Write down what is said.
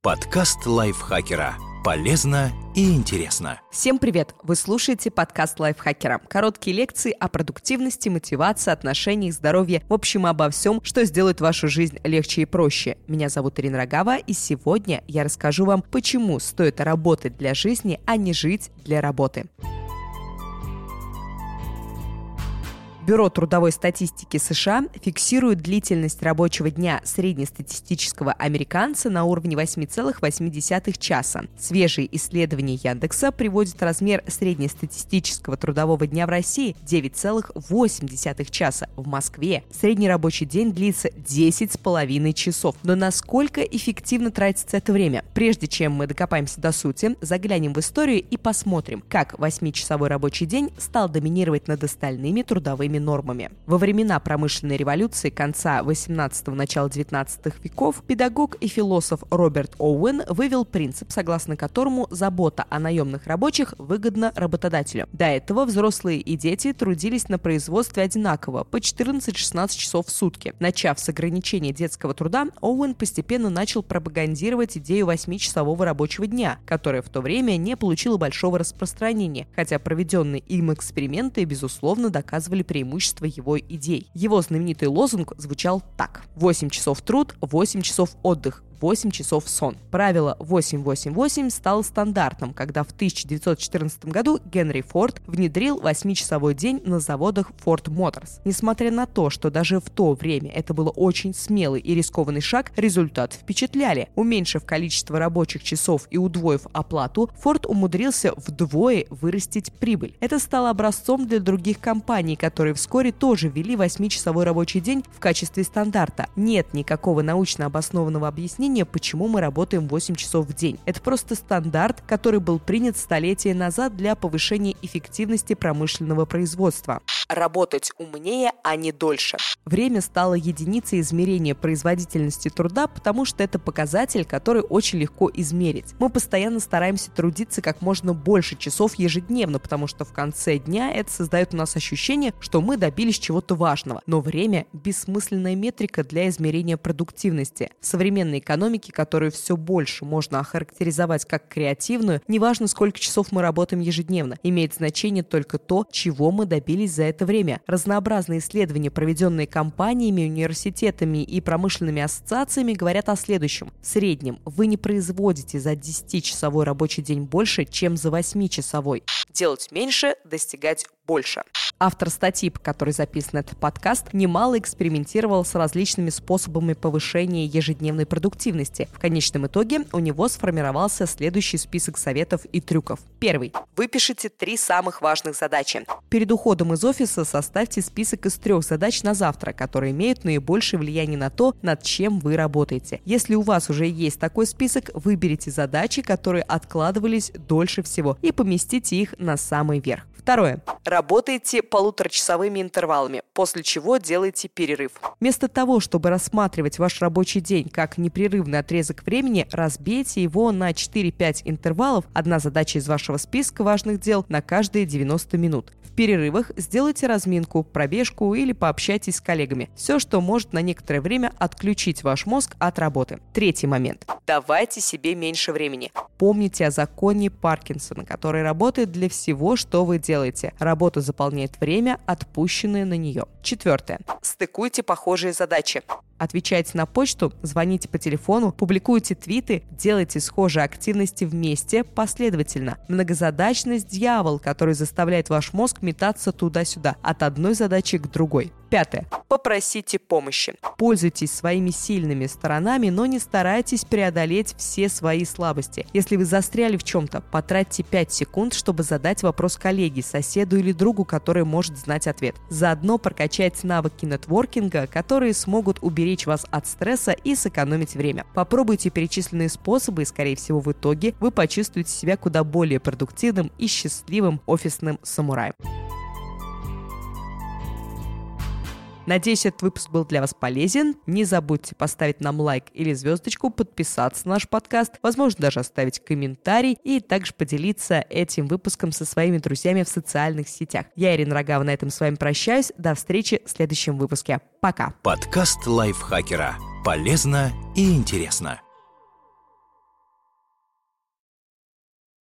Подкаст лайфхакера. Полезно и интересно. Всем привет! Вы слушаете подкаст лайфхакера. Короткие лекции о продуктивности, мотивации, отношениях, здоровье. В общем, обо всем, что сделает вашу жизнь легче и проще. Меня зовут Ирина Рогава, и сегодня я расскажу вам, почему стоит работать для жизни, а не жить для работы. Бюро трудовой статистики США фиксирует длительность рабочего дня среднестатистического американца на уровне 8,8 часа. Свежие исследования Яндекса приводят размер среднестатистического трудового дня в России 9,8 часа. В Москве средний рабочий день длится 10,5 часов. Но насколько эффективно тратится это время? Прежде чем мы докопаемся до сути, заглянем в историю и посмотрим, как 8-часовой рабочий день стал доминировать над остальными трудовыми нормами. Во времена промышленной революции конца 18-го, начала 19 веков педагог и философ Роберт Оуэн вывел принцип, согласно которому забота о наемных рабочих выгодна работодателю. До этого взрослые и дети трудились на производстве одинаково, по 14-16 часов в сутки. Начав с ограничения детского труда, Оуэн постепенно начал пропагандировать идею 8-часового рабочего дня, которая в то время не получила большого распространения, хотя проведенные им эксперименты, безусловно, доказывали преимущество его идей. Его знаменитый лозунг звучал так: 8 часов труд, 8 часов отдых, 8 часов сон. Правило 8-8-8 стало стандартом, когда в 1914 году Генри Форд внедрил 8-часовой день на заводах Ford Motors. Несмотря на то, что даже в то время это было очень смелый и рискованный шаг, результаты впечатляли. Уменьшив количество рабочих часов и удвоив оплату, Ford умудрился вдвое вырастить прибыль. Это стало образцом для других компаний, которые вскоре тоже ввели 8-часовой рабочий день в качестве стандарта. Нет никакого научно обоснованного объяснения, почему мы работаем 8 часов в день. Это просто стандарт, который был принят столетия назад для повышения эффективности промышленного производства. Работать умнее, а не дольше. Время стало единицей измерения производительности труда, потому что это показатель, который очень легко измерить. Мы постоянно стараемся трудиться как можно больше часов ежедневно, потому что в конце дня это создает у нас ощущение, что мы добились чего-то важного. Но время – бессмысленная метрика для измерения продуктивности. В современной экономике, которую все больше можно охарактеризовать как креативную, неважно, сколько часов мы работаем ежедневно, имеет значение только то, чего мы добились за это время. Разнообразные исследования, проведенные компаниями, университетами и промышленными ассоциациями, говорят о следующем. В среднем вы не производите за 10-часовой рабочий день больше, чем за 8-часовой. Делать меньше, достигать больше. Автор статьи, по которой записан этот подкаст, немало экспериментировал с различными способами повышения ежедневной продуктивности. В конечном итоге у него сформировался следующий список советов и трюков. Первый. Выпишите 3 самых важных задачи. Перед уходом из офиса составьте список из 3 задач на завтра, которые имеют наибольшее влияние на то, над чем вы работаете. Если у вас уже есть такой список, выберите задачи, которые откладывались дольше всего, и поместите их на самый верх. Второе. Работайте 1,5-часовыми интервалами, после чего делайте перерыв. Вместо того, чтобы рассматривать ваш рабочий день как непрерывный отрезок времени, разбейте его на 4-5 интервалов, одна задача из вашего списка важных дел на каждые 90 минут. В перерывах сделайте разминку, пробежку или пообщайтесь с коллегами. Все, что может на некоторое время отключить ваш мозг от работы. Третий момент. Давайте себе меньше времени. Помните о законе Паркинсона, который работает для всего, что вы делаете. Работа заполняет время, отпущенное на нее. Четвертое. Стыкуйте похожие задачи. Отвечайте на почту, звоните по телефону, публикуйте твиты, делайте схожие активности вместе, последовательно. Многозадачность – дьявол, который заставляет ваш мозг метаться туда-сюда, от одной задачи к другой. Пятое. Попросите помощи. Пользуйтесь своими сильными сторонами, но не старайтесь преодолеть все свои слабости. Если вы застряли в чем-то, потратьте 5 секунд, чтобы задать вопрос коллеге, соседу или другу, который может знать ответ. Заодно прокачайте навыки нетворкинга, которые смогут уберечь вас от стресса и сэкономить время. Попробуйте перечисленные способы, и, скорее всего, в итоге вы почувствуете себя куда более продуктивным и счастливым офисным самураем. Надеюсь, этот выпуск был для вас полезен. Не забудьте поставить нам лайк или звездочку, подписаться на наш подкаст, возможно, даже оставить комментарий и также поделиться этим выпуском со своими друзьями в социальных сетях. Я, Ирина Рогава, на этом с вами прощаюсь. До встречи в следующем выпуске. Пока. Подкаст лайфхакера. Полезно и интересно.